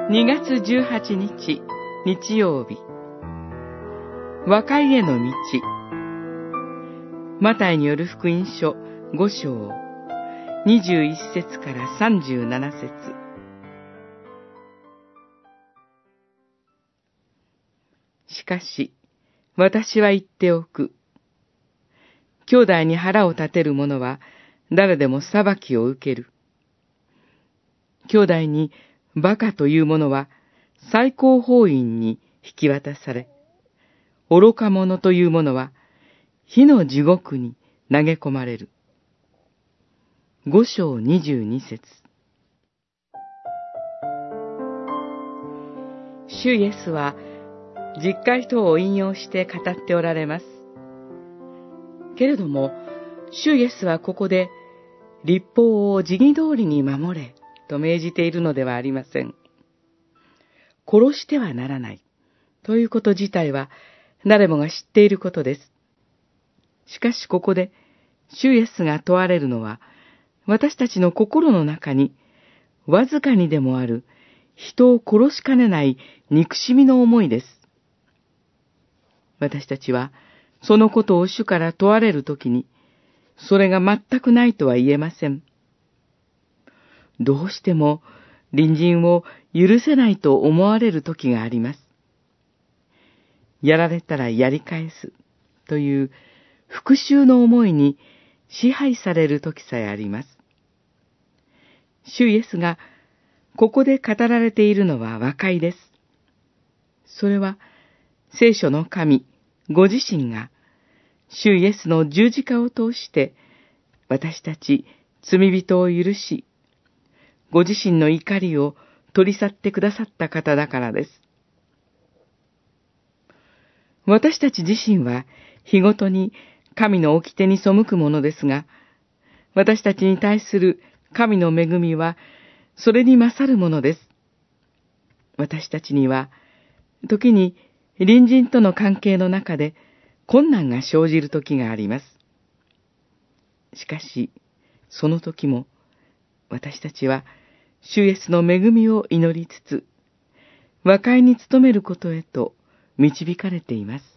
2月18日、日曜日。和解への道。マタイによる福音書5章、21節から37節。しかし、私は言っておく。兄弟に腹を立てる者は、誰でも裁きを受ける。兄弟にバカという者は、最高法院に引き渡され、愚か者という者は、火の地獄に投げ込まれる。5章22節。主イエスは、十戒等を引用して語っておられます。けれども、主イエスはここで、律法を時義通りに守れ、と命じているのではありません。殺してはならない、ということ自体は、誰もが知っていることです。しかしここで、主イエスが問われるのは、私たちの心の中に、わずかにでもある、人を殺しかねない憎しみの思いです。私たちは、そのことを主から問われるときに、それが全くないとは言えません。どうしても隣人を許せないと思われるときがあります。やられたらやり返すという復讐の思いに支配されるときさえあります。主イエスがここで語られているのは和解です。それは聖書の神ご自身が主イエスの十字架を通して私たち罪人を許し、ご自身の怒りを取り去ってくださった方だからです。私たち自身は日ごとに神の掟に背くものですが、私たちに対する神の恵みはそれに勝るものです。私たちには時に隣人との関係の中で困難が生じる時があります。しかし、その時も私たちは主イエスの恵みを祈りつつ、和解に努めることへと導かれています。